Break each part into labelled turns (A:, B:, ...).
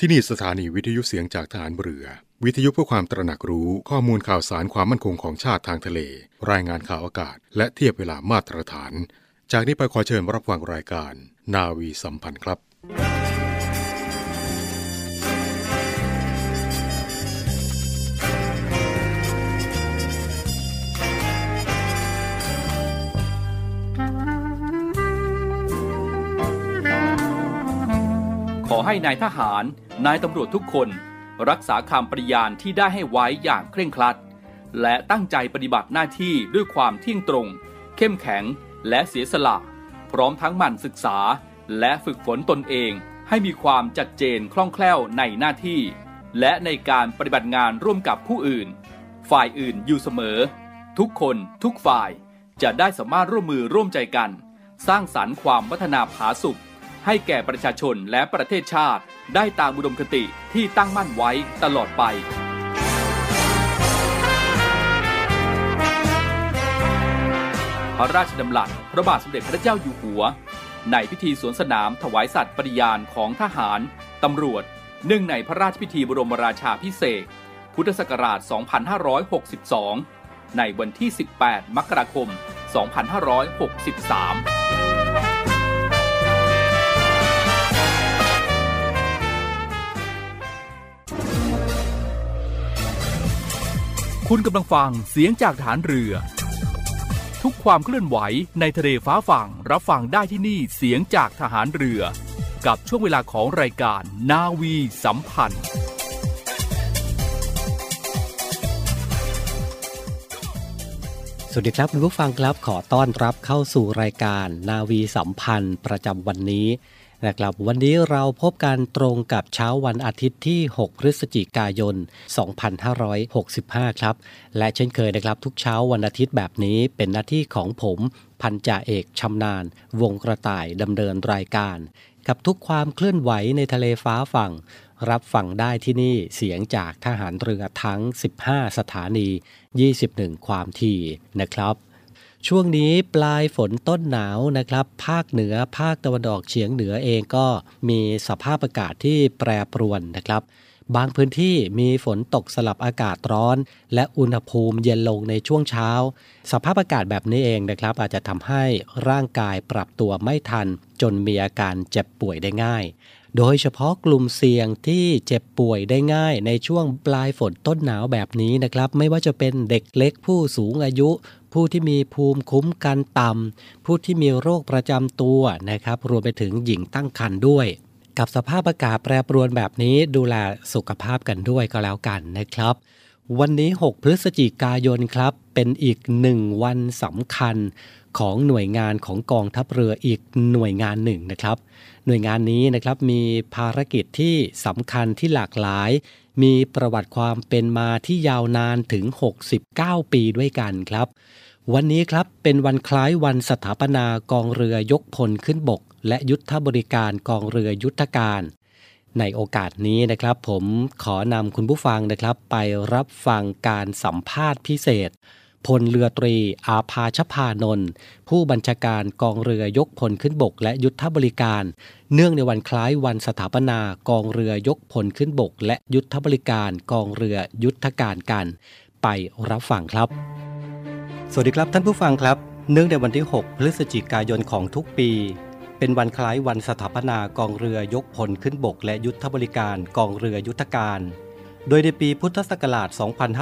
A: ที่นี่สถานีวิทยุเสียงจากทหารเรือวิทยุเพื่อความตระหนักรู้ข้อมูลข่าวสารความมั่นคงของชาติทางทะเลรายงานข่าวอากาศและเทียบเวลามาตรฐานจากนี้ไปขอเชิญรับฟังรายการนาวีสัมพันธ์ครับ
B: ขอให้นายทหารนายตำรวจทุกคนรักษาคำปฏิญาณที่ได้ให้ไว้อย่างเคร่งครัดและตั้งใจปฏิบัติหน้าที่ด้วยความเที่ยงตรงเข้มแข็งและเสียสละพร้อมทั้งหมั่นศึกษาและฝึกฝนตนเองให้มีความชัดเจนคล่องแคล่วในหน้าที่และในการปฏิบัติงานร่วมกับผู้อื่นฝ่ายอื่นอยู่เสมอทุกคนทุกฝ่ายจะได้สามารถร่วมมือร่วมใจกันสร้างสรรค์ความพัฒนาผาสุกให้แก่ประชาชนและประเทศชาติได้ตามอุดมคติที่ตั้งมั่นไว้ตลอดไปพระราชดำรัสพระบาทสมเด็จพระเจ้าอยู่หัวในพิธีสวนสนามถวายสัตย์ปฏิญาณของทหารตำรวจเนื่องในพระราชพิธีบรมราชาภิเษกพุทธศักราช 2562 ในวันที่ 18 มกราคม 2563คุณกำลังฟังเสียงจากฐานเรือทุกความเคลื่อนไหวในทะเลฟ้าฝั่งรับฟังได้ที่นี่เสียงจากทหารเรือกับช่วงเวลาของรายการนาวีสัมพันธ์
C: สวัสดีครับคุณผู้ฟังครับขอต้อนรับเข้าสู่รายการนาวีสัมพันธ์ประจำวันนี้นะครับวันนี้เราพบกันตรงกับเช้าวันอาทิตย์ที่6พฤศจิกายน2565ครับและเช่นเคยนะครับทุกเช้าวันอาทิตย์แบบนี้เป็นหน้าที่ของผมพันจ่าเอกชำนาญวงกระต่ายดำเนินรายการกับทุกความเคลื่อนไหวในทะเลฟ้าฝั่งรับฟังได้ที่นี่เสียงจากทหารเรือทั้ง15สถานี21ความถี่นะครับช่วงนี้ปลายฝนต้นหนาวนะครับภาคเหนือภาคตะวันออกเฉียงเหนือเองก็มีสภาพอากาศที่แปรปรวนนะครับบางพื้นที่มีฝนตกสลับอากาศร้อนและอุณหภูมิเย็นลงในช่วงเช้าสภาพอากาศแบบนี้เองนะครับอาจจะทำให้ร่างกายปรับตัวไม่ทันจนมีอาการเจ็บป่วยได้ง่ายโดยเฉพาะกลุ่มเสี่ยงที่เจ็บป่วยได้ง่ายในช่วงปลายฝนต้นหนาวแบบนี้นะครับไม่ว่าจะเป็นเด็กเล็กผู้สูงอายุผู้ที่มีภูมิคุ้มกันต่ำผู้ที่มีโรคประจำตัวนะครับรวมไปถึงหญิงตั้งครรภ์ด้วยกับสภาพอากาศแปรปรวนแบบนี้ดูแลสุขภาพกันด้วยก็แล้วกันนะครับวันนี้6พฤศจิกายนครับเป็นอีก1วันสำคัญของหน่วยงานของกองทัพเรืออีกหน่วยงานหนึ่งนะครับหน่วยงานนี้นะครับมีภารกิจที่สำคัญที่หลากหลายมีประวัติความเป็นมาที่ยาวนานถึง69ปีด้วยกันครับวันนี้ครับเป็นวันคล้ายวันสถาปนากองเรือยกพลขึ้นบกและยุทธบริการกองเรือยุทธการในโอกาสนี้นะครับผมขอนำคุณผู้ฟังนะครับไปรับฟังการสัมภาษณ์พิเศษพลเรือตรีอาภาชภานนท์ผู้บัญชาการกองเรือยกพลขึ้นบกและยุทธบริการเนื่องในวันคล้ายวันสถาปนากองเรือยกพลขึ้นบกและยุทธบริการกองเรือยุทธการกันไปรับฟังครับสวัสดีครับท่านผู้ฟังครับเนื่องในวันที่6พฤศจิกายนของทุกปีเป็นวันคล้ายวันสถาปนากองเรือยกพลขึ้นบกและยุทธบริการกองเรือยุทธการโดยในปีพุทธศักราช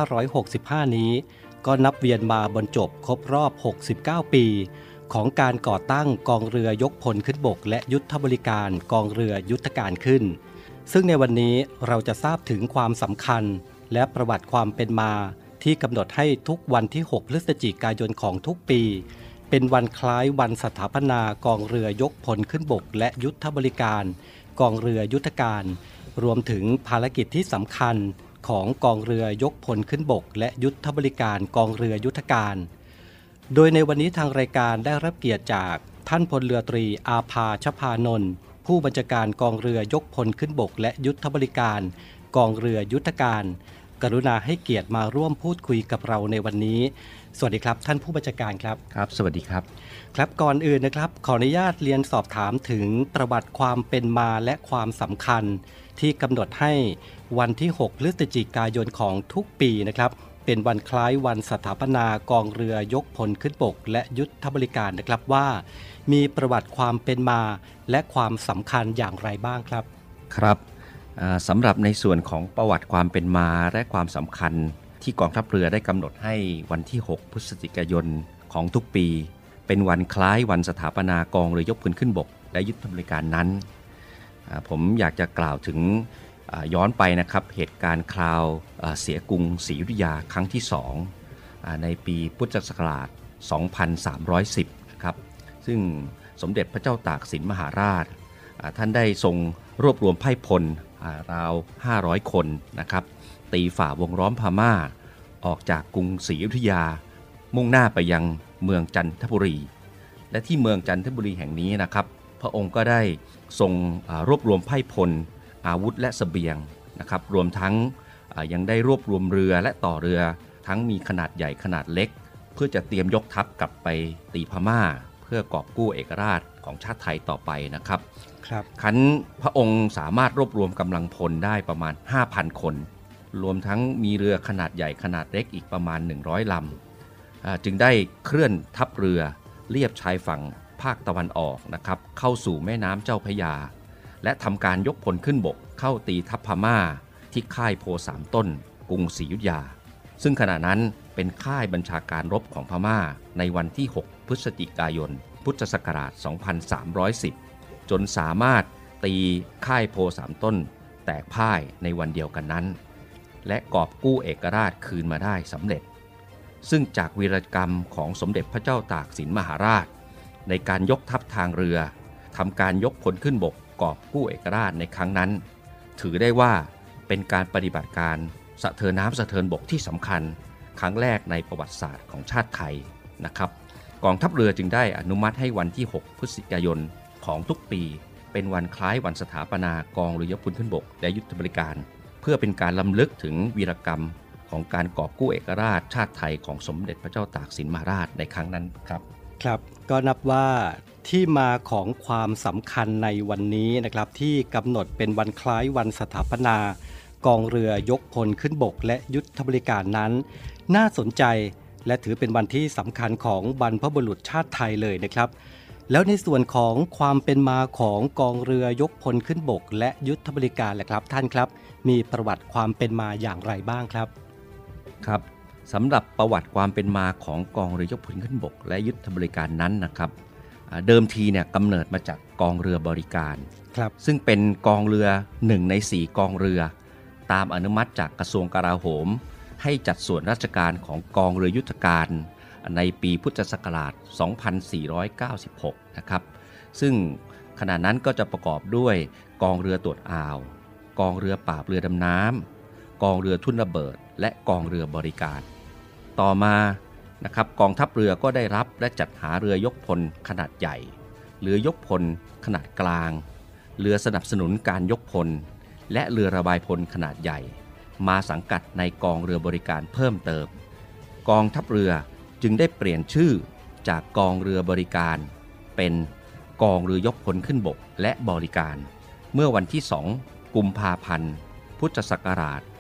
C: 2565 นี้ก็นับเวียนมาบรรจบครบรอบ69ปีของการก่อตั้งกองเรือยกพลขึ้นบกและยุทธบริการกองเรือยุทธการขึ้นซึ่งในวันนี้เราจะทราบถึงความสำคัญและประวัติความเป็นมาที่กำหนดให้ทุกวันที่6พฤศจิกายนของทุกปีเป็นวันคล้ายวันสถาปนากองเรือยกพลขึ้นบกและยุทธบริการกองเรือยุทธการรวมถึงภารกิจที่สำคัญของกองเรือยกพลขึ้นบกและยุทธบริการกองเรือยุทธการโดยในวันนี้ทางรายการได้รับเกียรติจากท่านพลเรือตรีอาภาชภานนท์ผู้บัญชาการกองเรือยกพลขึ้นบกและยุทธบริการกองเรือยุทธการกรุณาให้เกียรติมาร่วมพูดคุยกับเราในวันนี้สวัสดีครับท่านผู้บัญชาการครับ
D: ครับสวัสดีครับ
C: ครับก่อนอื่นนะครับขออนุญาตเรียนสอบถามถึงประวัติความเป็นมาและความสำคัญที่กำหนดให้วันที่6พฤศจิกายนของทุกปีนะครับเป็นวันคล้ายวันสถาปนากองเรือยกพลขึ้นบกและยุทธบริการนะครับว่ามีประวัติความเป็นมาและความสำคัญอย่างไรบ้างครับ
D: ครับสำหรับในส่วนของประวัติความเป็นมาและความสำคัญที่กองทัพเรือได้กำหนดให้วันที่6พฤศจิกายนของทุกปีเป็นวันคล้ายวันสถาปนากองเรือยกพลขึ้นบกและยุทธบริการนั้นผมอยากจะกล่าวถึงย้อนไปนะครับเหตุการณ์คราวเสียกรุงศรีอยุธยาครั้งที่2ในปีพุทธศักราช 2310 นะครับซึ่งสมเด็จพระเจ้าตากสินมหาราชท่านได้ทรงรวบรวมไพร่พลราว500 คนนะครับตีฝ่าวงล้อมพม่าออกจากกรุงศรีอยุธยามุ่งหน้าไปยังเมืองจันทบุรีและที่เมืองจันทบุรีแห่งนี้นะครับพระองค์ก็ได้ทรงรวบรวมไพร่พลอาวุธและเสบียงนะครับรวมทั้งยังได้รวบรวมเรือและต่อเรือทั้งมีขนาดใหญ่ขนาดเล็กเพื่อจะเตรียมยกทัพกลับไปตีพม่าเพื่อกอบกู้เอกราชของชาติไทยต่อไปนะครับครั้นพระองค์สามารถรวบรวมกำลังพลได้ประมาณ 5,000 คนรวมทั้งมีเรือขนาดใหญ่ขนาดเล็กอีกประมาณ100 ลำจึงได้เคลื่อนทัพเรือเลียบชายฝั่งภาคตะวันออกนะครับเข้าสู่แม่น้ำเจ้าพระยาและทำการยกพลขึ้นบกเข้าตีทัพพม่าที่ค่ายโพสามต้นกรุงศรีอยุธยาซึ่งขณะนั้นเป็นค่ายบัญชาการรบของพม่าในวันที่6พฤศจิกายนพุทธศักราช 2310 จนสามารถตีค่ายโพสามต้นแตกพ่ายในวันเดียวกันนั้นและกอบกู้เอกราชคืนมาได้สำเร็จซึ่งจากวีรกรรมของสมเด็จพระเจ้าตากสินมหาราชในการยกทัพทางเรือทำการยกพลขึ้นบกกอบกู้เอกราชในครั้งนั้นถือได้ว่าเป็นการปฏิบัติการสะเทินน้ำสะเทินบกที่สำคัญครั้งแรกในประวัติศาสตร์ของชาติไทยนะครับกองทัพเรือจึงได้อนุมัติให้วันที่6พฤศจิกายนของทุกปีเป็นวันคล้ายวันสถาปนากองเรือยกพลขึ้นบกและยุทธบริการเพื่อเป็นการรำลึกถึงวีรกรรมของการกอบกู้เอกราชชาติไทยของสมเด็จพระเจ้าตากสินมหาราชในครั้งนั้นครับ
C: ครับก็นับว่าที่มาของความสำคัญในวันนี้นะครับที่กำหนดเป็นวันคล้ายวันสถาปนากองเรือยกพลขึ้นบกและยุทธบริการนั้นน่าสนใจและถือเป็นวันที่สำคัญของบรรพบุรุษชาติไทยเลยนะครับแล้วในส่วนของความเป็นมาของกองเรือยกพลขึ้นบกและยุทธบริการแหละครับท่านครับมีประวัติความเป็นมาอย่างไรบ้างครับ
D: ครับสำหรับประวัติความเป็นมาของกองเรือยกพลขึ้นบกและยุทธบริการนั้นนะครับเดิมทีเนี่ยกำเนิดมาจากกองเรือบริการซึ่งเป็นกองเรือ1 ใน 4กองเรือตามอนุมัติจากกระทรวงกลาโหมให้จัดส่วนราชการของกองเรือยุทธการในปีพุทธศักราช 2496 นะครับซึ่งขณะนั้นก็จะประกอบด้วยกองเรือตรวจอ่าวกองเรือปราบเรือดำน้ำกองเรือทุ่นระเบิดและกองเรือบริการต่อมานะครับกองทัพเรือก็ได้รับและจัดหาเรือยกพลขนาดใหญ่เรือยกพลขนาดกลางเรือสนับสนุนการยกพลและเรือระบายพลขนาดใหญ่มาสังกัดในกองเรือบริการเพิ่มเติมกองทัพเรือจึงได้เปลี่ยนชื่อจากกองเรือบริการเป็นกองเรือยกพลขึ้นบกและบริการเมื่อวันที่2กุมภาพันธ์พุทธศักราช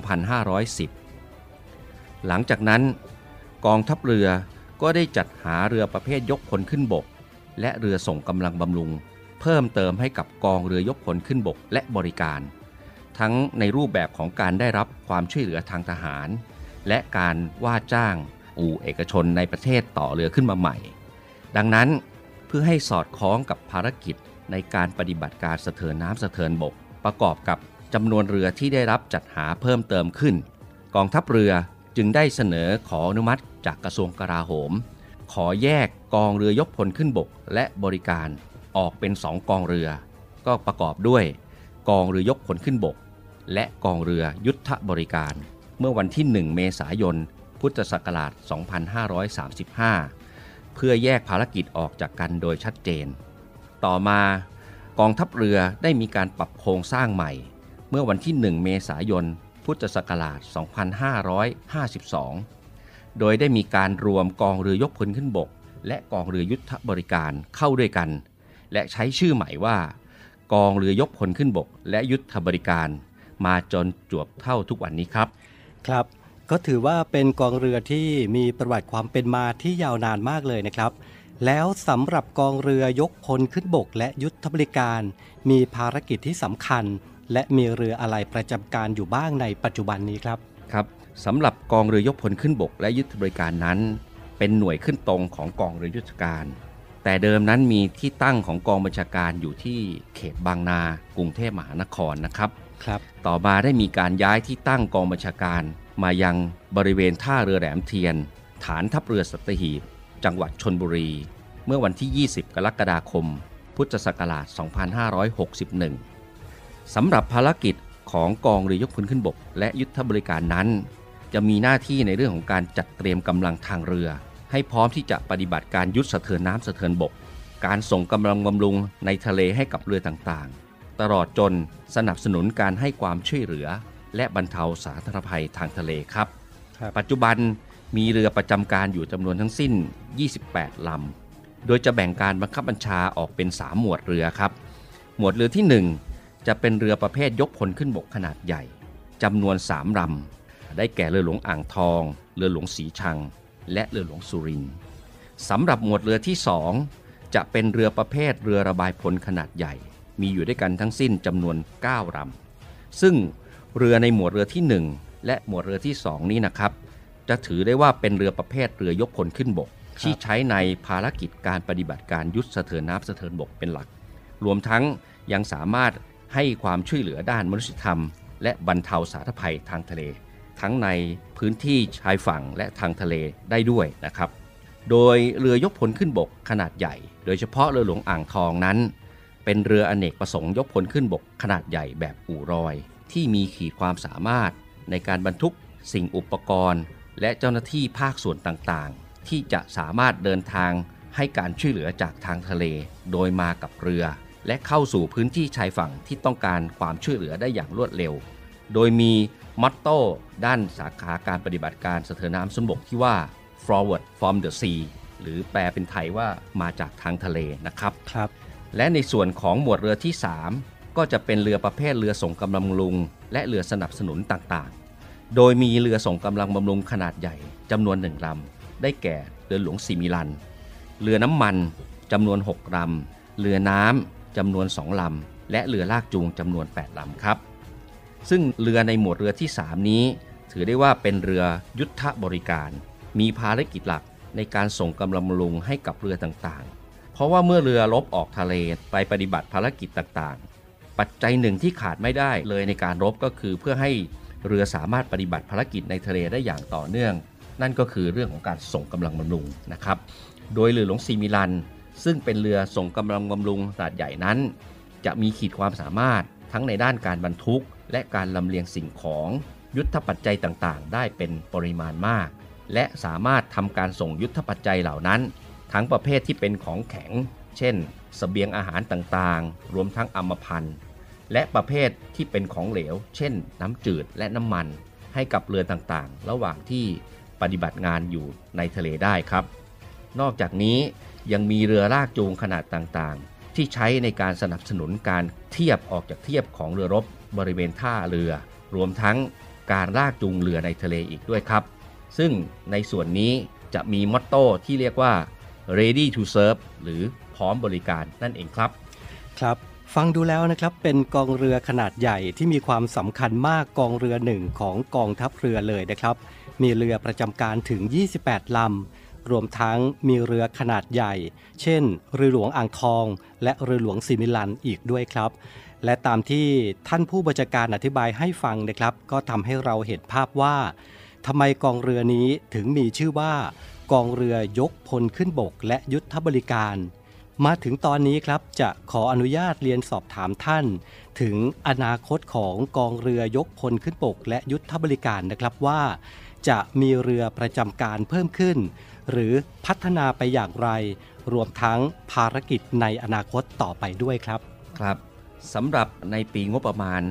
D: 2510 หลังจากนั้นกองทัพเรือก็ได้จัดหาเรือประเภทยกพลขึ้นบกและเรือส่งกำลังบำรุงเพิ่มเติมให้กับกองเรือยกพลขึ้นบกและบริการทั้งในรูปแบบของการได้รับความช่วยเหลือทางทหารและการว่าจ้างอู่เอกชนในประเทศต่อเรือขึ้นมาใหม่ดังนั้นเพื่อให้สอดคล้องกับภารกิจในการปฏิบัติการสะเทินน้ำสะเทินบกประกอบกับจำนวนเรือที่ได้รับจัดหาเพิ่มเติมขึ้นกองทัพเรือจึงได้เสนอขออนุมัติจากกระทรวงกลาโหมขอแยกกองเรือยกพลขึ้นบกและบริการออกเป็น2กองเรือก็ประกอบด้วยกองเรือยกพลขึ้นบกและกองเรือยุทธบริการเมื่อวันที่1เมษายนพุทธศักราช 2535 เพื่อแยกภารกิจออกจากกันโดยชัดเจนต่อมากองทัพเรือได้มีการปรับโครงสร้างใหม่เมื่อวันที่1เมษายนพุทธศักราช 2552 โดยได้มีการรวมกองเรือยกพลขึ้นบกและกองเรือยุทธบริการเข้าด้วยกันและใช้ชื่อใหม่ว่ากกองเรือยกพลขึ้นบกและยุทธบริการมาจนจวบเท่าทุกวันนี้ครับ
C: ครับก็ถือว่าเป็นกองเรือที่มีประวัติความเป็นมาที่ยาวนานมากเลยนะครับแล้วสำหรับกองเรือยกพลขึ้นบกและยุทธบริการมีภารกิจที่สำคัญและมีเรืออะไรประจำการอยู่บ้างในปัจจุบันนี้ครับ
D: ครับสำหรับกองเรือยกพลขึ้นบกและยุทธบริการนั้นเป็นหน่วยขึ้นตรงของกองเรือยุทธการแต่เดิมนั้นมีที่ตั้งของกองบัญชาการอยู่ที่เขตบางนากรุงเทพมหานครนะครับต่อมาได้มีการย้ายที่ตั้งกองบัญชาการมายังบริเวณท่าเรือแหลมเทียนฐานทัพเรือสัตหีบจังหวัดชลบุรีเมื่อวันที่ 20 กรกฎาคม พุทธศักราช 2561 สำหรับภารกิจของกองเรือยกพลขึ้นบกและยุทธบริการนั้นจะมีหน้าที่ในเรื่องของการจัดเตรียมกำลังทางเรือให้พร้อมที่จะปฏิบัติการยุทธสะเทินน้ำสะเทินบกการส่งกำลังบำรุงในทะเลให้กับเรือต่างๆตลอดจนสนับสนุนการให้ความช่วยเหลือและบรรเทาสาธารณภัยทางทะเลครับปัจจุบันมีเรือประจำการอยู่จำนวนทั้งสิ้น28ลำโดยจะแบ่งการบังคับบัญชาออกเป็น3หมวดเรือครับหมวดเรือที่1จะเป็นเรือประเภทยกพลขึ้นบกขนาดใหญ่จำนวน3ลำได้แก่เรือหลวงอ่างทองเรือหลวงศรีชังและเรือหลวงสุรินทร์สำหรับหมวดเรือที่2จะเป็นเรือประเภทเรือระบายพลขนาดใหญ่มีอยู่ด้วยกันทั้งสิ้นจำนวน9ลำซึ่งเรือในหมวดเรือที่1และหมวดเรือที่2นี้นะครับจะถือได้ว่าเป็นเรือประเภทเรือยกพลขึ้นบกที่ใช้ในภารกิจการปฏิบัติการยุทธสะเทินน้ำสะเทินบกเป็นหลักรวมทั้งยังสามารถให้ความช่วยเหลือด้านมนุษยธรรมและบรรเทาสาธารณภัยทางทะเลทั้งในพื้นที่ชายฝั่งและทางทะเลได้ด้วยนะครับโดยเรือยกพลขึ้นบกขนาดใหญ่โดยเฉพาะเรือหลวงอ่างทองนั้นเป็นเรืออเนกประสงค์ยกพลขึ้นบกขนาดใหญ่แบบอู่รอยที่มีขีดความสามารถในการบรรทุกสิ่งอุปกรณ์และเจ้าหน้าที่ภาคส่วนต่างๆที่จะสามารถเดินทางให้การช่วยเหลือจากทางทะเลโดยมากับเรือและเข้าสู่พื้นที่ชายฝั่งที่ต้องการความช่วยเหลือได้อย่างรวดเร็วโดยมีมอตโต้ด้านสาขาการปฏิบัติการสะเทินน้ำสนบกที่ว่า forward from the sea หรือแปลเป็นไทยว่ามาจากทางทะเลนะครับและในส่วนของหมวดเรือที่3ก็จะเป็นเรือประเภทเรือส่งกำลังบำรุงและเรือสนับสนุนต่างๆโดยมีเรือส่งกำลังบำรุงขนาดใหญ่จำนวน1ลำได้แก่เรือหลวงศรีมิลันเรือน้ำมันจำนวน6ลำเรือน้ำจำนวน2ลำและเรือลากจูงจำนวน8ลำครับซึ่งเรือในหมวดเรือที่3นี้ถือได้ว่าเป็นเรือยุทธบริการมีภารกิจหลักในการส่งกำลังบำรุงให้กับเรือต่างๆเพราะว่าเมื่อเรือรบออกทะเลไปปฏิบัติภารกิจต่างๆปัจจัยหนึ่งที่ขาดไม่ได้เลยในการรบก็คือเพื่อให้เรือสามารถปฏิบัติภารกิจในทะเลได้อย่างต่อเนื่องนั่นก็คือเรื่องของการส่งกำลังบำรุงนะครับโดยเรือหลวงศรีมิลันซึ่งเป็นเรือส่งกำลังบำรุงขนาดใหญ่นั้นจะมีขีดความสามารถทั้งในด้านการบรรทุกและการลำเลียงสิ่งของยุทธปัจจัยต่างๆได้เป็นปริมาณมากและสามารถทำการส่งยุทธปัจจัยเหล่านั้นทั้งประเภทที่เป็นของแข็งเช่นเสบียงอาหารต่างๆรวมทั้งอัมพรและประเภทที่เป็นของเหลวเช่นน้ำจืดและน้ำมันให้กับเรือต่างๆระหว่างที่ปฏิบัติงานอยู่ในทะเลได้ครับนอกจากนี้ยังมีเรือลากจูงขนาดต่างๆที่ใช้ในการสนับสนุนการเทียบออกจากเทียบของเรือรบบริเวณท่าเรือรวมทั้งการลากจูงเรือในทะเลอีกด้วยครับซึ่งในส่วนนี้จะมีมอตโต้ที่เรียกว่า ready to serve หรือพร้อมบริการนั่นเองครับ
C: ครับฟังดูแล้วนะครับเป็นกองเรือขนาดใหญ่ที่มีความสำคัญมากกองเรือหนึ่งของกองทัพเรือเลยนะครับมีเรือประจำการถึง28ลำรวมทั้งมีเรือขนาดใหญ่เช่นเรือหลวงอ่างทองและเรือหลวงศรีมิลันอีกด้วยครับและตามที่ท่านผู้บัญชาการอธิบายให้ฟังนะครับก็ทำให้เราเห็นภาพว่าทำไมกองเรือนี้ถึงมีชื่อว่ากองเรือยกพลขึ้นบกและยุทธบริการมาถึงตอนนี้ครับจะขออนุญาตเรียนสอบถามท่านถึงอนาคตของกองเรือยกพลขึ้นบกและยุทธบริการนะครับว่าจะมีเรือประจำการเพิ่มขึ้นหรือพัฒนาไปอย่างไรรวมทั้งภารกิจในอนาคตต่อไปด้วยครับ
D: ครับสำหรับในปีงบประมาณ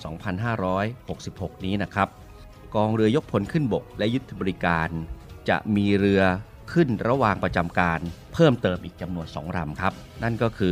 D: 2566 นี้นะครับกองเรือยกพลขึ้นบกและยุทธบริการจะมีเรือขึ้นระหว่างประจำการเพิ่มเติมอีกจำนวน2ลำครับนั่นก็คือ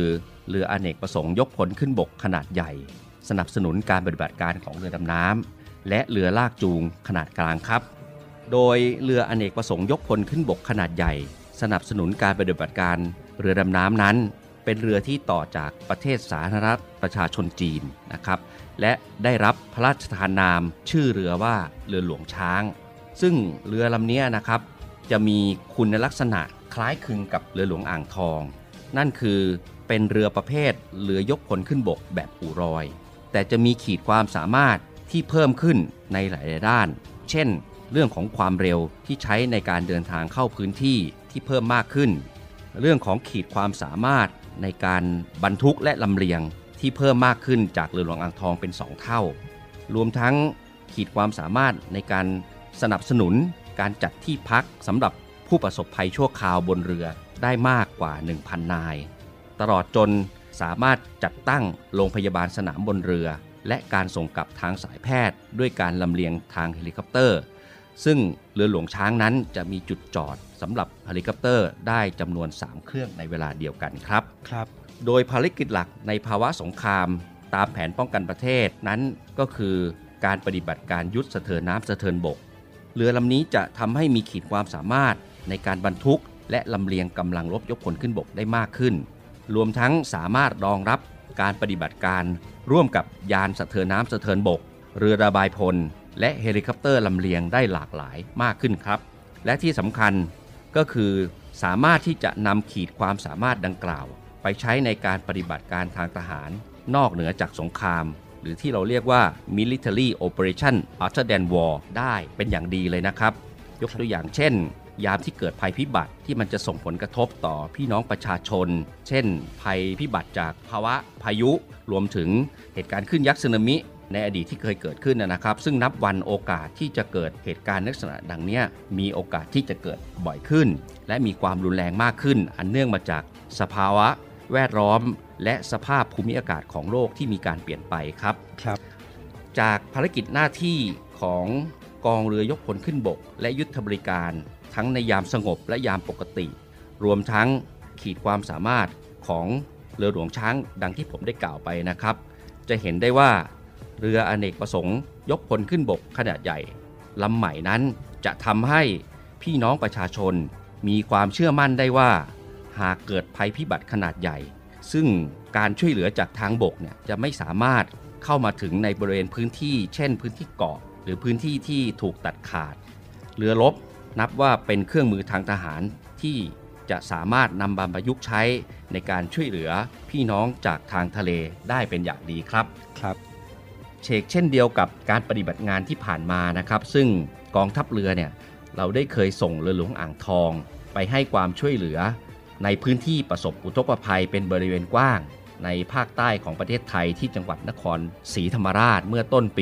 D: เรืออเนกประสงค์ยกพลขึ้นบกขนาดใหญ่สนับสนุนการปฏิบัติการของเรือดำน้ำและเรือลากจูงขนาดกลางครับโดยเรืออเนกประสงค์ยกพลขึ้นบกขนาดใหญ่สนับสนุนการปฏิบัติการเรือดำน้ำนั้นเป็นเรือที่ต่อจากประเทศสาธารณรัฐประชาชนจีนนะครับและได้รับพระราชทานนามชื่อเรือว่าเรือหลวงช้างซึ่งเรือลำนี้นะครับจะมีคุณลักษณะคล้ายคลึงกับเรือหลวงอ่างทองนั่นคือเป็นเรือประเภทเรือยกพลขึ้นบกแบบอู่รอยแต่จะมีขีดความสามารถที่เพิ่มขึ้นในหลายด้านเช่นเรื่องของความเร็วที่ใช้ในการเดินทางเข้าพื้นที่ที่เพิ่มมากขึ้นเรื่องของขีดความสามารถในการบรรทุกและลำเลียงที่เพิ่มมากขึ้นจากเรือหลวงอ่างทองเป็น2เท่ารวมทั้งขีดความสามารถในการสนับสนุนการจัดที่พักสำหรับผู้ประสบภัยชั่วคราวบนเรือได้มากกว่า 1,000 นายตลอดจนสามารถจัดตั้งโรงพยาบาลสนามบนเรือและการส่งกลับทางสายแพทย์ด้วยการลำเลียงทางเฮลิคอปเตอร์ซึ่งเรือหลวงช้างนั้นจะมีจุดจอดสำหรับเฮลิคอปเตอร์ได้จำนวน3เครื่องในเวลาเดียวกันครับโดยภารกิจหลักในภาวะสงครามตามแผนป้องกันประเทศนั้นก็คือการปฏิบัติการยุทธสะเทินน้ำสะเทินบกเรือลำนี้จะทำให้มีขีดความสามารถในการบรรทุกและลำเลียงกำลังรบยกพลขึ้นบกได้มากขึ้นรวมทั้งสามารถรองรับการปฏิบัติการร่วมกับยานสะเทินน้ำสะเทินบกเรือระบายพลและเฮลิคอปเตอร์ลำเลียงได้หลากหลายมากขึ้นครับและที่สำคัญก็คือสามารถที่จะนำขีดความสามารถดังกล่าวไปใช้ในการปฏิบัติการทางทหารนอกเหนือจากสงครามหรือที่เราเรียกว่า military operation other than war ได้เป็นอย่างดีเลยนะครับยกตัวอย่างเช่นยามที่เกิดภัยพิบัติที่มันจะส่งผลกระทบต่อพี่น้องประชาชนเช่นภัยพิบัติจากภาวะพายุรวมถึงเหตุการณ์คลื่นยักษ์สึนามิในอดีตที่เคยเกิดขึ้นนะครับซึ่งนับวันโอกาสที่จะเกิดเหตุการณ์ลักษณะดังนี้มีโอกาสที่จะเกิดบ่อยขึ้นและมีความรุนแรงมากขึ้นอันเนื่องมาจากสภาวะแวดล้อมและสภาพภูมิอากาศของโลกที่มีการเปลี่ยนไปครับจากภารกิจหน้าที่ของกองเรือยกพลขึ้นบกและยุทธบริการทั้งในยามสงบและยามปกติรวมทั้งขีดความสามารถของเรือหลวงช้างดังที่ผมได้กล่าวไปนะครับจะเห็นได้ว่าเรืออเนกประสงค์ยกพลขึ้นบกขนาดใหญ่ลำใหม่นั้นจะทำให้พี่น้องประชาชนมีความเชื่อมั่นได้ว่าหากเกิดภัยพิบัติขนาดใหญ่ซึ่งการช่วยเหลือจากทางบกเนี่ยจะไม่สามารถเข้ามาถึงในบริเวณพื้นที่เช่นพื้นที่เกาะหรือพื้นที่ที่ถูกตัดขาดเรือรบนับว่าเป็นเครื่องมือทางทหารที่จะสามารถนำมาประยุกต์ใช้ในการช่วยเหลือพี่น้องจากทางทะเลได้เป็นอย่างดีครับเช่นเดียวกับการปฏิบัติงานที่ผ่านมานะครับซึ่งกองทัพเรือเนี่ยเราได้เคยส่งเรือหลวงอ่างทองไปให้ความช่วยเหลือในพื้นที่ประสบอุทกภัยเป็นบริเวณกว้างในภาคใต้ของประเทศไทยที่จังหวัดนครศรีธรรมราชเมื่อต้นปี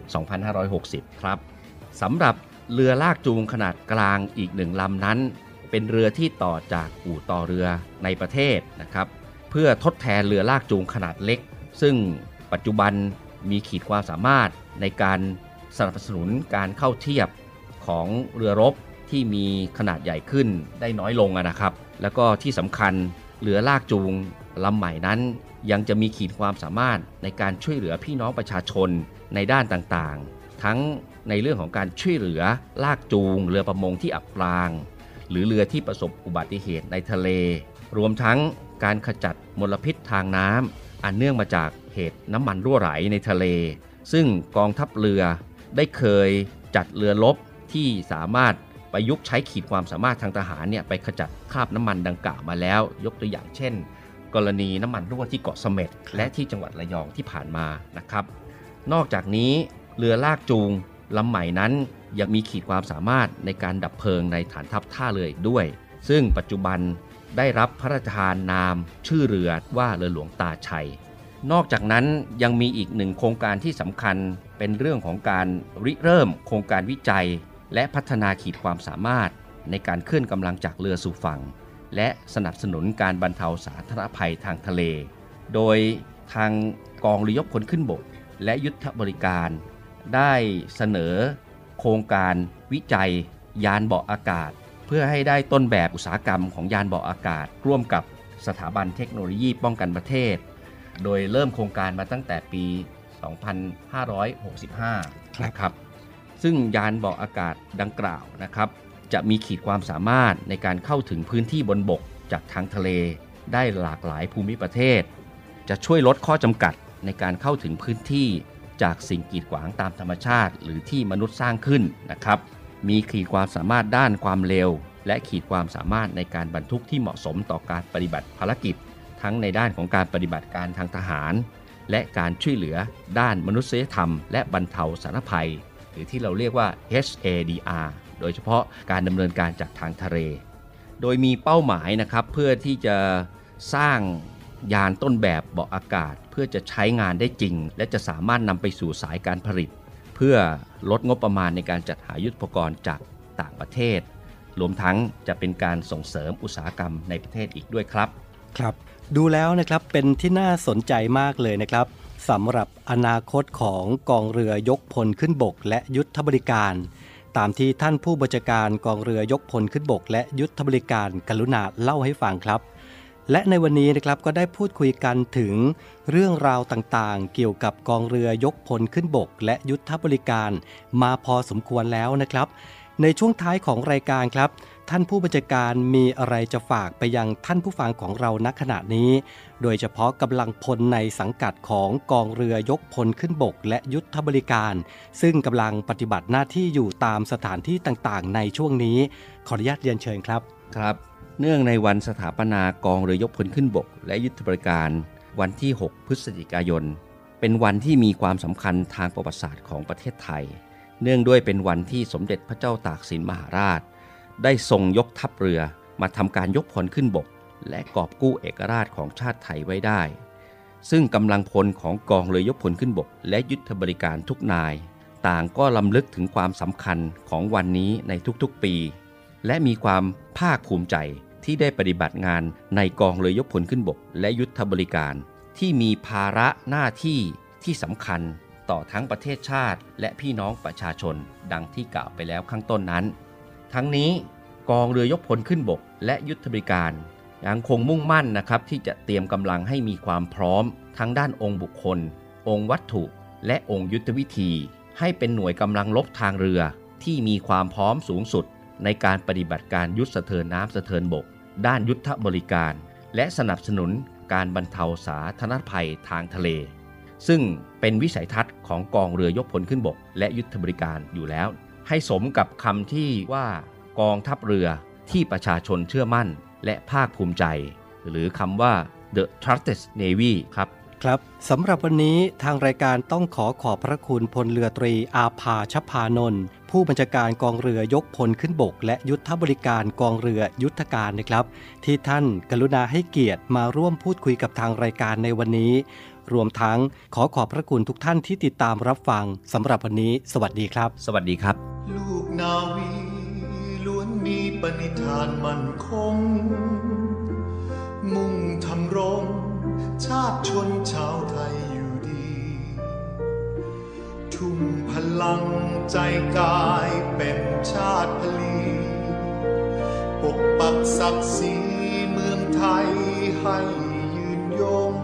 D: 2560 ครับสำหรับเรือลากจูงขนาดกลางอีกหนึ่งลำนั้นเป็นเรือที่ต่อจากอู่ต่อเรือในประเทศนะครับเพื่อทดแทนเรือลากจูงขนาดเล็กซึ่งปัจจุบันมีขีดความสามารถในการสนับสนุนการเข้าเทียบของเรือรบที่มีขนาดใหญ่ขึ้นได้น้อยลงนะครับแล้วก็ที่สำคัญเรือลากจูงลำใหม่นั้นยังจะมีขีดความสามารถในการช่วยเหลือพี่น้องประชาชนในด้านต่างๆทั้งในเรื่องของการช่วยเหลือลากจูงเรือประมงที่อับปางหรือเรือที่ประสบอุบัติเหตุในทะเลรวมทั้งการขจัดมลพิษทางน้ำอันเนื่องมาจากเหตุน้ำมันรั่วไหลในทะเลซึ่งกองทัพเรือได้เคยจัดเรือรบที่สามารถประยุกต์ใช้ขีดความสามารถทางทหารไปขจัดคราบน้ำมันดังกล่าวมาแล้วยกตัวอย่างเช่นกรณีน้ำมันรั่วที่เกาะเสม็ดและที่จังหวัดระยองที่ผ่านมานะครับนอกจากนี้เรือลากจูงลำใหม่นั้นยังมีขีดความสามารถในการดับเพลิงในฐานทัพท่าเรือด้วยซึ่งปัจจุบันได้รับพระราชทานนามชื่อเรือว่าเรือหลวงตาชัยนอกจากนั้นยังมีอีกหนึ่งโครงการที่สำคัญเป็นเรื่องของการริเริ่มโครงการวิจัยและพัฒนาขีดความสามารถในการเคลื่อนกำลังจากเรือสู่ฝั่งและสนับสนุนการบรรเทาสาธารณภัยทางทะเลโดยทางกองเรือยกพลขึ้นบกและยุทธบริการได้เสนอโครงการวิจัยยานเบาะอากาศเพื่อให้ได้ต้นแบบอุตสาหกรรมของยานเบาะอากาศร่วมกับสถาบันเทคโนโลยีป้องกันประเทศโดยเริ่มโครงการมาตั้งแต่ปี 2565 นะครับซึ่งยานเบาะอากาศดังกล่าวนะครับจะมีขีดความสามารถในการเข้าถึงพื้นที่บนบกจากทางทะเลได้หลากหลายภูมิประเทศจะช่วยลดข้อจำกัดในการเข้าถึงพื้นที่จากสิ่งกีดขวางตามธรรมชาติหรือที่มนุษย์สร้างขึ้นนะครับมีขีดความสามารถด้านความเร็วและขีดความสามารถในการบรรทุกที่เหมาะสมต่อการปฏิบัติภารกิจทั้งในด้านของการปฏิบัติการทางทหารและการช่วยเหลือด้านมนุษยธรรมและบรรเทาสาธารณภัยหรือที่เราเรียกว่า HADR โดยเฉพาะการดำเนินการจากทางทะเลโดยมีเป้าหมายนะครับเพื่อที่จะสร้างยานต้นแบบเบาะอากาศเพื่อจะใช้งานได้จริงและจะสามารถนำไปสู่สายการผลิตเพื่อลดงบประมาณในการจัดหายุทโธปกรณ์จากต่างประเทศรวมทั้งจะเป็นการส่งเสริมอุตสาหกรรมในประเทศอีกด้วยครับ
C: ครับดูแล้วนะครับเป็นที่น่าสนใจมากเลยนะครับสำหรับอนาคตของกองเรือยกพลขึ้นบกและยุทธบริการตามที่ท่านผู้บัญชาการกองเรือยกพลขึ้นบกและยุทธบริการกรุณาเล่าให้ฟังครับและในวันนี้นะครับก็ได้พูดคุยกันถึงเรื่องราวต่างๆเกี่ยวกับกองเรือยกพลขึ้นบกและยุทธบริการมาพอสมควรแล้วนะครับในช่วงท้ายของรายการครับท่านผู้บัญชาการมีอะไรจะฝากไปยังท่านผู้ฟังของเราณขณะนี้โดยเฉพาะกำลังพลในสังกัดของกองเรือยกพลขึ้นบกและยุทธบริการซึ่งกำลังปฏิบัติหน้าที่อยู่ตามสถานที่ต่างๆในช่วงนี้ขออนุญาตเรียนเชิญครับ
D: ครับเนื่องในวันสถาปนากองเรือยกพลขึ้นบกและยุทธบริการวันที่ 6 พฤศจิกายนเป็นวันที่มีความสำคัญทางประวัติศาสตร์ของประเทศไทยเนื่องด้วยเป็นวันที่สมเด็จพระเจ้าตากสินมหาราชได้ทรงยกทัพเรือมาทำการยกพลขึ้นบกและกอบกู้เอกราชของชาติไทยไว้ได้ซึ่งกำลังพลของกองเรือยกพลขึ้นบกและยุทธบริการทุกนายต่างก็รำลึกถึงความสำคัญของวันนี้ในทุกๆปีและมีความภาคภูมิใจที่ได้ปฏิบัติงานในกองเรือยกพลขึ้นบกและยุทธบริการที่มีภาระหน้าที่ที่สำคัญต่อทั้งประเทศชาติและพี่น้องประชาชนดังที่กล่าวไปแล้วข้างต้นนั้นทั้งนี้กองเรือยกพลขึ้นบกและยุทธบริการยังคงมุ่งมั่นนะครับที่จะเตรียมกำลังให้มีความพร้อมทั้งด้านองค์บุคคลองค์วัตถุและองค์ยุทธวิธีให้เป็นหน่วยกำลังรบทางเรือที่มีความพร้อมสูงสุดในการปฏิบัติการยุทธสะเทินน้ำสะเทินบกด้านยุทธบริการและสนับสนุนการบรรเทาสาธารณภัยทางทะเลซึ่งเป็นวิสัยทัศน์ของกองเรือยกพลขึ้นบกและยุทธบริการอยู่แล้วให้สมกับคำที่ว่ากองทัพเรือที่ประชาชนเชื่อมั่นและภาคภูมิใจหรือคำว่า The Trusted Navy ครับ
C: ครับสำหรับวันนี้ทางรายการต้องขอบพระคุณพลเรือตรีอาภาชพานนท์ผู้บัญชาการกองเรือยกพลขึ้นบกและยุทธบริการกองเรือยุทธการนะครับที่ท่านกรุณาให้เกียรติมาร่วมพูดคุยกับทางรายการในวันนี้รวมทั้งขอบพระคุณทุกท่านที่ติดตามรับฟังสำหรับวันนี้สวัสดีครับ
D: สวัสดีครับ
E: ลูกนาวีล้วนมีปณิธานมั่นคงมุ่งทำรงชาติชนชาวไทยอยู่ดีทุ่มพลังใจกายเป็นชาติพลีปกปักศักดิ์ศรีเมืองไทยให้ยืนยง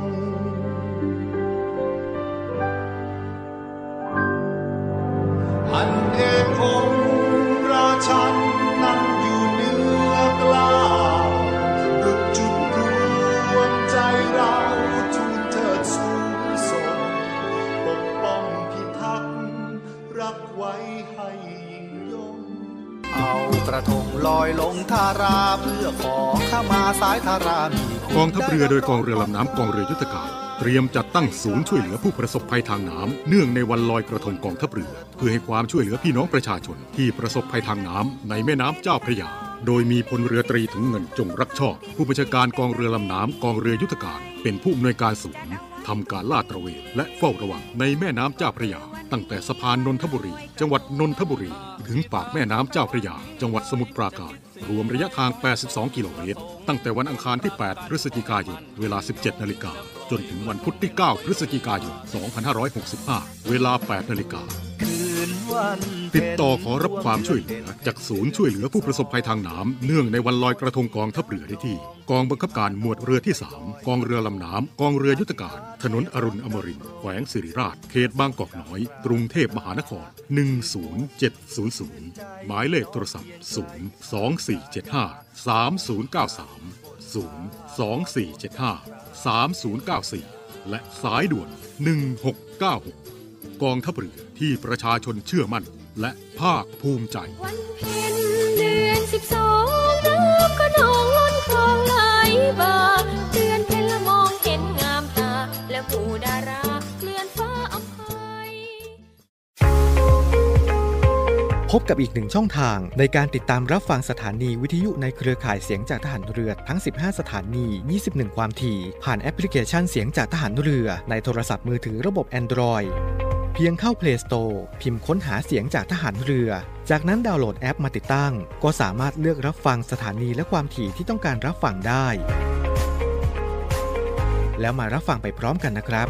E: อันเอกองค์ราชันนั่งอยู่เหนือกล้าดุจจุดรวมใจเราทูลเถิดสูงส่งปกป้องพิทักษ์รักไว้ให้ยิ่งยงเอากระทงลอยลงทาราเพื่อขอขมาสายทารามี
A: กองทัพเรือโดยกองเรือลำน้ำกองเรือยุทธการเตรียมจัดตั้งศูนย์ช่วยเหลือผู้ประสบภัยทางน้ำเนื่องในวันลอยกระทงกองทัพเรือเพื่อให้ความช่วยเหลือพี่น้องประชาชนที่ประสบภัยทางน้ำในแม่น้ำเจ้าพระยาโดยมีพลเรือตรีถุงเงินจงรักชอบผู้บัญชาการกองเรือลำน้ำกองเรือยุทธการเป็นผู้อำนวยการศูนย์ทำการลาดตระเวนและเฝ้าระวังในแม่น้ำเจ้าพระยาตั้งแต่สะพานนนทบุรีจังหวัดนนทบุรีถึงปากแม่น้ำเจ้าพระยาจังหวัดสมุทรปราการรวมระยะทาง82กิโลเมตรตั้งแต่วันอังคารที่8พฤศจิกายนเวลา 17 นาฬิกาจนถึงวันพุธที่9พฤศจิกายน2565เวลา 8 นาฬิกา
E: คืน
A: ติดต่อขอรับความช่วยเหลือจากศูนย์ช่วยเหลือผู้ประสบภัยทางน้ำเนื่องในวันลอยกระทงกองทัพเรือได้ที่กองบังคับการหมวดเรือที่3กองเรือลำน้ำกองเรือยุทธการถนนอรุณอมรินทร์แขวงสิริราชเขตบางกอกน้อยกรุงเทพมหานคร10700หมายเลขโทรศัพท์024753093 และสายด่วน1696กองทัพเรือที่ประชาชนเชื่อมั่นและภาคภูมิใจ
F: วันเพ็ญเดือน12น้ำก็นองล้นคลองไหลบ่าเดือนเพ็ญละมองเห็นงามตาและผู้ดาราเกลื่อนฟ้าอำไพ
G: พบกับอีกหนึ่งช่องทางในการติดตามรับฟังสถานีวิทยุในเครือข่ายเสียงจากทหารเรือทั้ง15สถานี 21 ความถี่ผ่านแอปพลิเคชันเสียงจากทหารเรือในโทรศัพท์มือถือระบบ Android เพียงเข้า Play Store พิมพ์ค้นหาเสียงจากทหารเรือจากนั้นดาวน์โหลดแอปมาติดตั้งก็สามารถเลือกรับฟังสถานีและความถี่ที่ต้องการรับฟังได้แล้วมารับฟังไปพร้อมกันนะครับ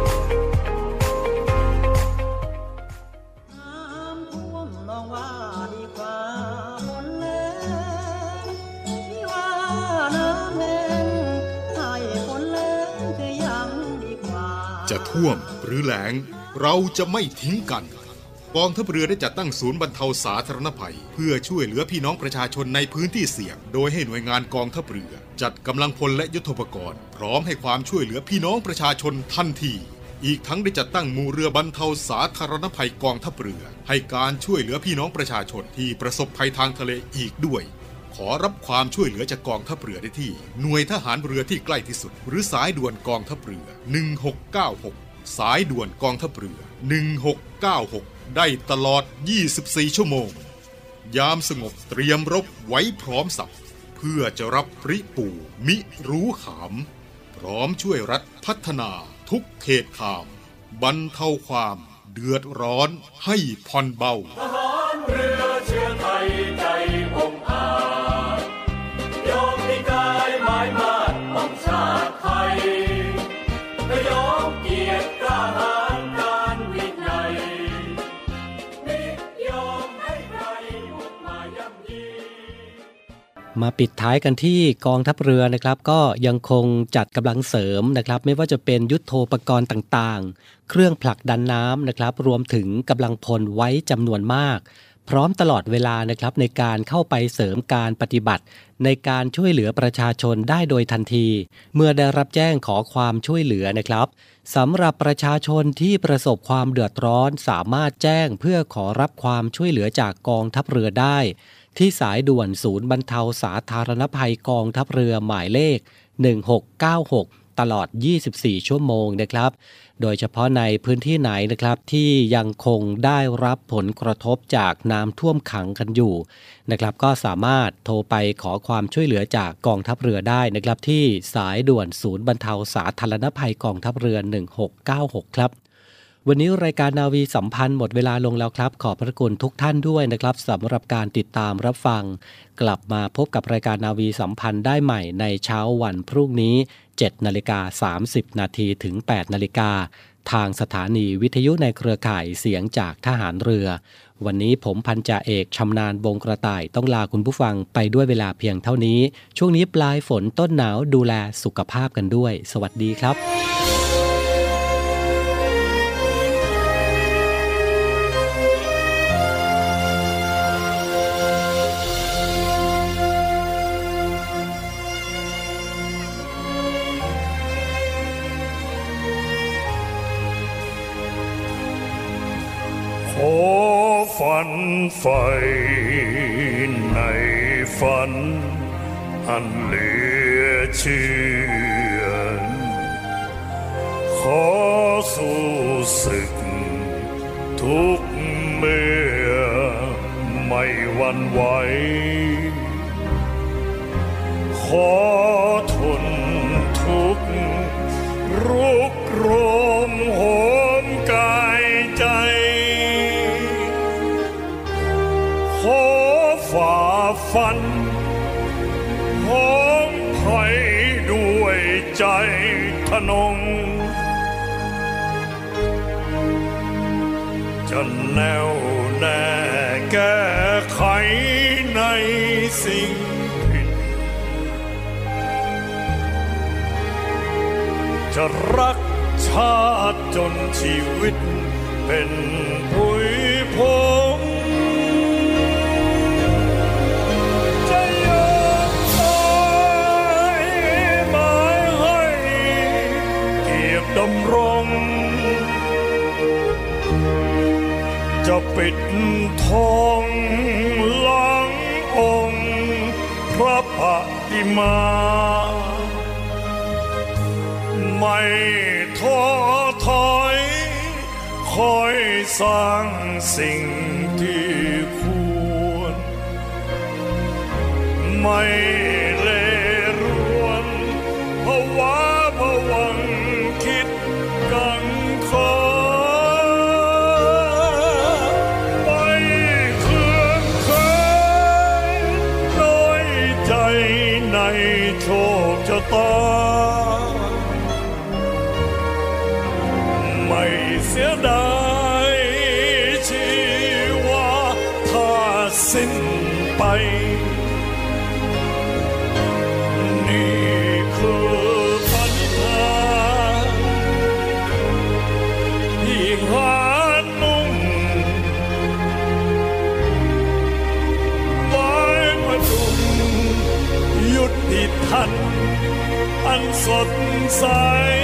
A: จะท่วมหรือแล้งเราจะไม่ทิ้งกันกองทัพเรือได้จัดตั้งศูนย์บรรเทาสาธารณภัยเพื่อช่วยเหลือพี่น้องประชาชนในพื้นที่เสี่ยงโดยให้หน่วยงานกองทัพเรือจัดกำลังพลและยุทโธปกรณ์พร้อมให้ความช่วยเหลือพี่น้องประชาชนทันทีอีกทั้งได้จัดตั้งหมู่เรือบรรเทาสาธารณภัยกองทัพเรือให้การช่วยเหลือพี่น้องประชาชนที่ประสบภัยทางทะเลอีกด้วยขอรับความช่วยเหลือจากกองทัพเรือได้ที่หน่วยทหารเรือที่ใกล้ที่สุดหรือสายด่วนกองทัพเรือ1696สายด่วนกองทัพเรือ1696ได้ตลอด24ชั่วโมงยามสงบเตรียมรบไว้พร้อมสับเพื่อจะรับริปูมิรู้ขามพร้อมช่วยรัฐพัฒนาทุกเขตขามบรรเทาความเดือดร้อนให้ผ่อนเบา
E: ทหารเรือเชื้อไทยใจองอาจยอมมีกายหมายมาดของชาติไทยยอมเกียรติกล้าหาญการวินัยมิยอมให้ใครบุกมาย่ำยี
C: มาปิดท้ายกันที่กองทัพเรือนะครับก็ยังคงจัดกำลังเสริมนะครับไม่ว่าจะเป็นยุทโธปกรณ์ต่างๆเครื่องผลักดันน้ำนะครับรวมถึงกำลังพลไว้จำนวนมากพร้อมตลอดเวลานะครับในการเข้าไปเสริมการปฏิบัติในการช่วยเหลือประชาชนได้โดยทันทีเมื่อได้รับแจ้งขอความช่วยเหลือนะครับสำหรับประชาชนที่ประสบความเดือดร้อนสามารถแจ้งเพื่อขอรับความช่วยเหลือจากกองทัพเรือได้ที่สายด่วนศูนย์บรรเทาสาธารณภัยกองทัพเรือหมายเลข1696ตลอด24ชั่วโมงนะครับโดยเฉพาะในพื้นที่ไหนนะครับที่ยังคงได้รับผลกระทบจากน้ำท่วมขังกันอยู่นะครับก็สามารถโทรไปขอความช่วยเหลือจากกองทัพเรือได้นะครับที่สายด่วนศูนย์บรรเทาสาธารณภัยกองทัพเรือ1696ครับวันนี้รายการนาวีสัมพันธ์หมดเวลาลงแล้วครับขอบพระคุณทุกท่านด้วยนะครับสำหรับการติดตามรับฟังกลับมาพบกับรายการนาวีสัมพันธ์ได้ใหม่ในเช้าวันพรุ่งนี้ 7:30 น.ถึง 8:00 น.ทางสถานีวิทยุในเครือข่ายเสียงจากทหารเรือวันนี้ผมพันจ่าเอกชำนาญวงกระต่ายต้องลาคุณผู้ฟังไปด้วยเวลาเพียงเท่านี้ช่วงนี้ปลายฝนต้นหนาวดูแลสุขภาพกันด้วยสวัสดีครับ
E: ขอฝันใฝ่ในฝันอันเหลือเชื่อขอสู้ศึกทุกเมื่อไม่หวั่นไหวขอทนทุกรุกรมโหมกายใจขอฝ่าฟันพร้อมภัยด้วยใจทะนงจะแน่ว
H: แน่แก้ไขในสิ่งผิดจะรักชาติจนชีวิตเป็นผุยผงจะยอมตายหมายให้เกียรติดำรงจะปิดทองหลังองค์พระปฏิมาไม่ท้อถอยคอยสร้างสิ่งที่ควรไม่เล่ร่วนภาวะผวังคิดกังขาไม่เคลื่อนเคยน้อยใจในโชคชะตาไม่เสียดายชีวาถ้าสิ้นไปนี่คือปัญหาที่หานุ่งไม้ประดุมยุติทันอันสดใส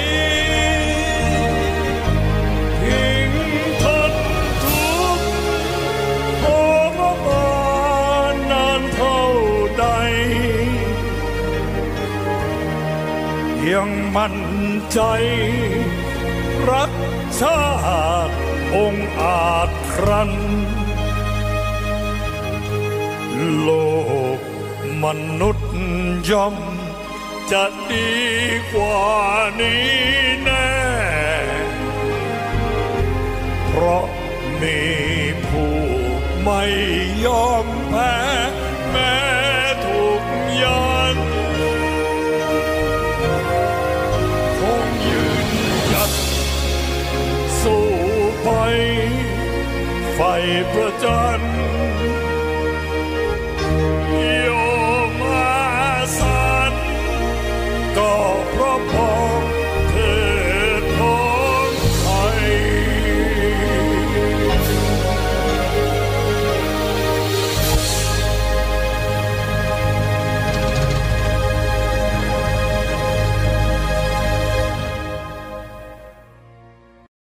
H: ยังมั่นใจรักชาติองค์อาจครันโลกมนุษย์ย่อมจะดีกว่านี้แน่เพราะมีผู้ไม่ยอมแพ้แม้ถูกยันสู้ไปไฟประจัน